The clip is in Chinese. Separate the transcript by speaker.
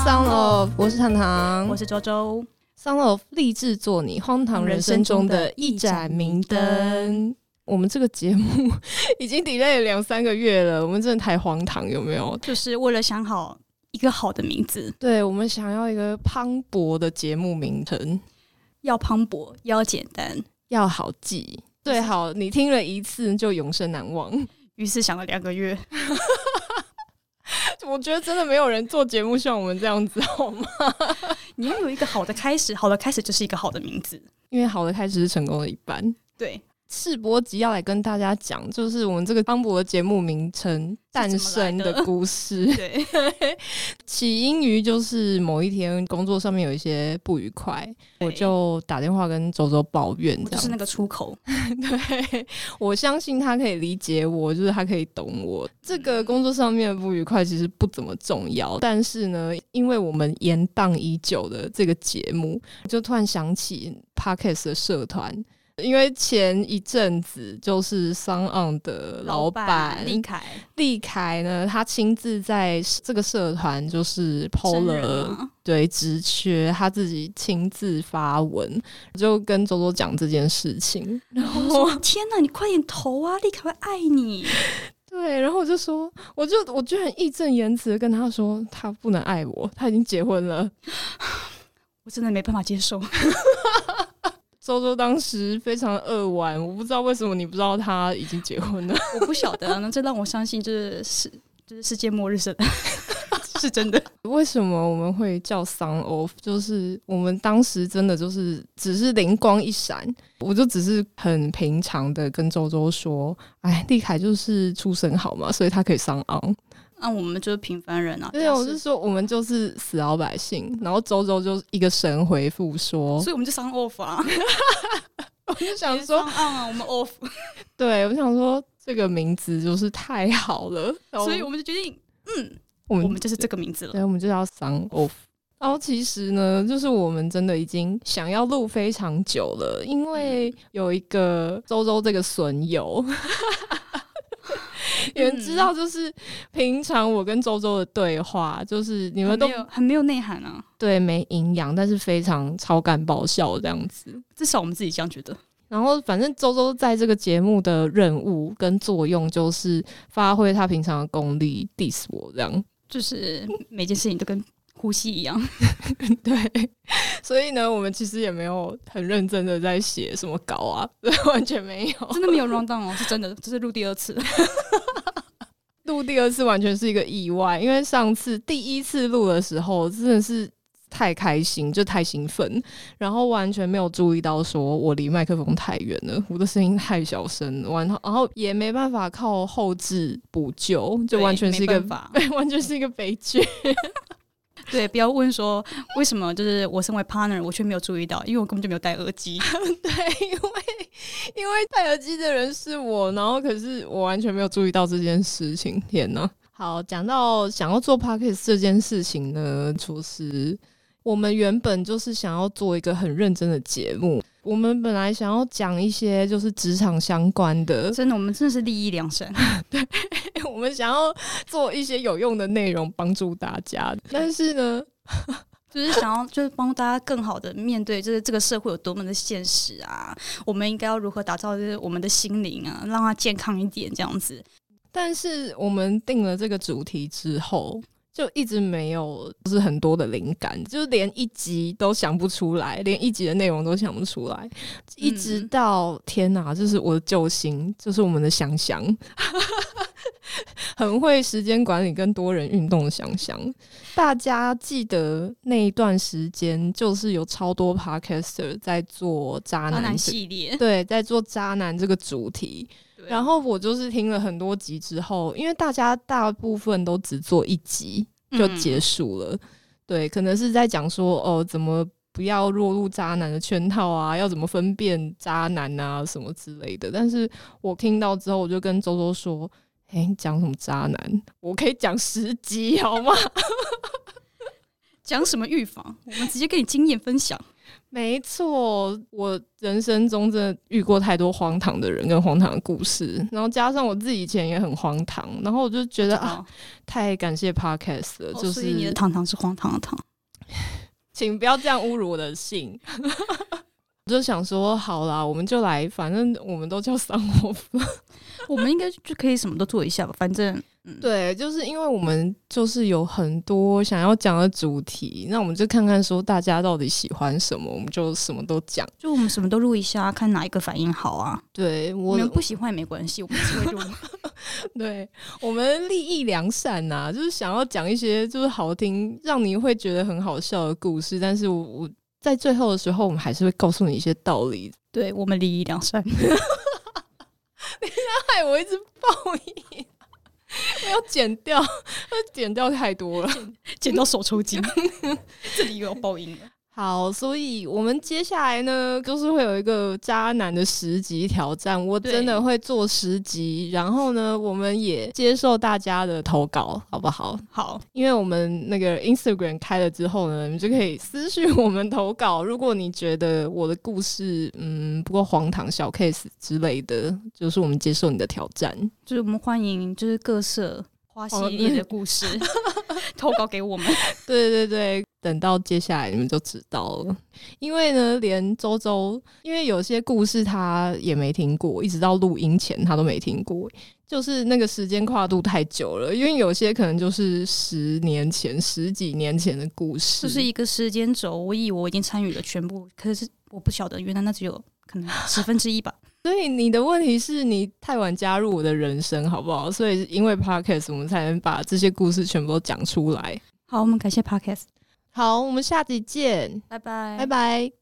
Speaker 1: Sound of， 我是糖糖，
Speaker 2: 我是周周。
Speaker 1: Sound of 立志做你荒唐人生中的一盏明灯。我们这个节目已经 delay 了2-3个月了，我们真的太荒唐，有没有？
Speaker 2: 就是为了想好一个好的名字。
Speaker 1: 对，我们想要一个磅礴的节目名称，
Speaker 2: 要磅礴，要简单，
Speaker 1: 要好记，最好你听了一次就永生难忘。
Speaker 2: 于是想了2个月。
Speaker 1: 我觉得真的没有人做节目像我们这样子，好吗？
Speaker 2: 你要有一个好的开始，好的开始就是一个好的名字，
Speaker 1: 因为好的开始是成功的一半。
Speaker 2: 对，
Speaker 1: 试播集要来跟大家讲，就是我们这个磅礴的节目名称诞生的故事。
Speaker 2: 对，
Speaker 1: 起因于就是某一天工作上面有一些不愉快，我就打电话跟周周抱怨，
Speaker 2: 我就是那个出口。
Speaker 1: 对，我相信他可以理解我，就是他可以懂我。这个工作上面的不愉快其实不怎么重要，但是呢，因为我们延宕已久的这个节目，就突然想起 Podcast 的社团。因为前一阵子就是 Sound On 的老板立凯呢，他亲自在这个社团就是 PO 了对职缺，他自己亲自发文，就跟周周讲这件事情，然后
Speaker 2: 说天哪，你快点投啊，立凯会爱你。
Speaker 1: 对，然后我就说，我居然义正言辞的跟他说，他不能爱我，他已经结婚了。
Speaker 2: 我真的没办法接受。
Speaker 1: 周周当时非常扼腕，我不知道为什么你不知道他已经结婚了。
Speaker 2: 我不晓得啊，这让我相信就是世界末日是是真的。
Speaker 1: 为什么我们会叫 Sound Of？ 就是我们当时真的就是只是灵光一闪，我就只是很平常的跟周周说，哎，立凯就是出身好嘛，所以他可以Sound On。
Speaker 2: 我们就是平凡人啊。
Speaker 1: 对，我是说我们就是死老百姓，然后周周就一个神回复说，
Speaker 2: 所以我们就Sound Off啊。
Speaker 1: 我就想说
Speaker 2: 我们 off。
Speaker 1: 对，我想说这个名字就是太好了，
Speaker 2: 所以我们就决定我们就是这个名字了。
Speaker 1: 对，我们就叫 Sound Off。然后其实呢，就是我们真的已经想要录非常久了，因为有一个周周这个损友。你们知道，就是平常我跟周周的对话，就是你们都
Speaker 2: 很没有内涵啊，
Speaker 1: 对，没营养，但是非常超干爆笑这样子，
Speaker 2: 至少我们自己这样觉得。
Speaker 1: 然后反正周周在这个节目的任务跟作用，就是发挥他平常的功力 diss 我，这样
Speaker 2: 就是每件事情都跟呼吸一样。
Speaker 1: 对，所以呢，我们其实也没有很认真的在写什么稿啊，完全没有，
Speaker 2: 真的没有 round down 哦，是真的，这是录第2次。
Speaker 1: 录第2次完全是一个意外，因为上次第1次录的时候真的是太开心，就太兴奋，然后完全没有注意到说我离麦克风太远了，我的声音太小声了，然后也没办法靠后置补救，就完全是一个完全是一个悲剧。
Speaker 2: 对，不要问说为什么就是我身为 partner 我却没有注意到，因为我根本就没有戴耳机。
Speaker 1: 对，因为戴耳机的人是我，然后可是我完全没有注意到这件事情。天哪！好，讲到想要做 podcast 这件事情呢，就是我们原本就是想要做一个很认真的节目，我们本来想要讲一些就是职场相关的，
Speaker 2: 真的，我们真的是利益良善。
Speaker 1: 对，我们想要做一些有用的内容帮助大家，但是呢
Speaker 2: 就是想要就是帮大家更好的面对就是这个社会有多么的现实啊，我们应该要如何打造就是我们的心灵啊，让它健康一点这样子。
Speaker 1: 但是我们定了这个主题之后，就一直没有就是很多的灵感，就是连一集都想不出来，连一集的内容都想不出来，一直到天哪，就是我的救星，就是我们的香香。很会时间管理跟多人运动的香香，大家记得那一段时间就是有超多 podcaster 在做渣男
Speaker 2: 系列，
Speaker 1: 对，在做渣男这个主题。然后我就是听了很多集之后，因为大家大部分都只做1集就结束了，对，可能是在讲说怎么不要落入渣男的圈套啊，要怎么分辨渣男啊什么之类的。但是我听到之后，我就跟周周说，你讲什么渣男？我可以讲10集好吗？
Speaker 2: 讲什么预防？我们直接跟你经验分享。
Speaker 1: 没错，我人生中真的遇过太多荒唐的人跟荒唐的故事，然后加上我自己以前也很荒唐，然后我就觉得太感谢 Podcast 了，就是
Speaker 2: 所以你的糖糖是荒唐的糖，
Speaker 1: 请不要这样侮辱我的姓。我就想说，好啦，我们就来，反正我们都叫桑霍夫，
Speaker 2: 我们应该就可以什么都做一下吧，反正。
Speaker 1: 对，就是因为我们就是有很多想要讲的主题，那我们就看看说大家到底喜欢什么，我们就什么都讲，
Speaker 2: 就我们什么都录一下，看哪一个反应好啊。
Speaker 1: 对，
Speaker 2: 你们不喜欢也没关系，我们只会录。
Speaker 1: 对，我们立意良善呐，就是想要讲一些就是好听，让你会觉得很好笑的故事，但是我在最后的时候，我们还是会告诉你一些道理。
Speaker 2: 对，我们立意良善。你
Speaker 1: 害我一直报应。要剪掉，剪掉太多了，
Speaker 2: 剪到手抽筋，这里又有报应了。
Speaker 1: 好，所以我们接下来呢，就是会有一个渣男的10集挑战，我真的会做10集，然后呢，我们也接受大家的投稿，好不好？
Speaker 2: 好，
Speaker 1: 因为我们那个 Instagram 开了之后呢，你就可以私讯我们投稿。如果你觉得我的故事不够荒唐小 case 之类的，就是我们接受你的挑战，
Speaker 2: 就是我们欢迎就是各色花系列的故事投稿给我们。
Speaker 1: 对对对，等到接下来你们就知道了。因为呢，连周周，因为有些故事他也没听过，一直到录音前他都没听过，就是那个时间跨度太久了。因为有些可能就是10年前、10几年前的故事，
Speaker 2: 就是一个时间轴。我以为我已经参与了全部，可是我不晓得，原来那只有可能1/10吧。
Speaker 1: 所以你的问题是你太晚加入我的人生，好不好？所以因为 Podcast 我们才能把这些故事全部都讲出来。
Speaker 2: 好，我们感谢 Podcast。
Speaker 1: 好，我们下集见，
Speaker 2: 拜拜，
Speaker 1: 拜拜。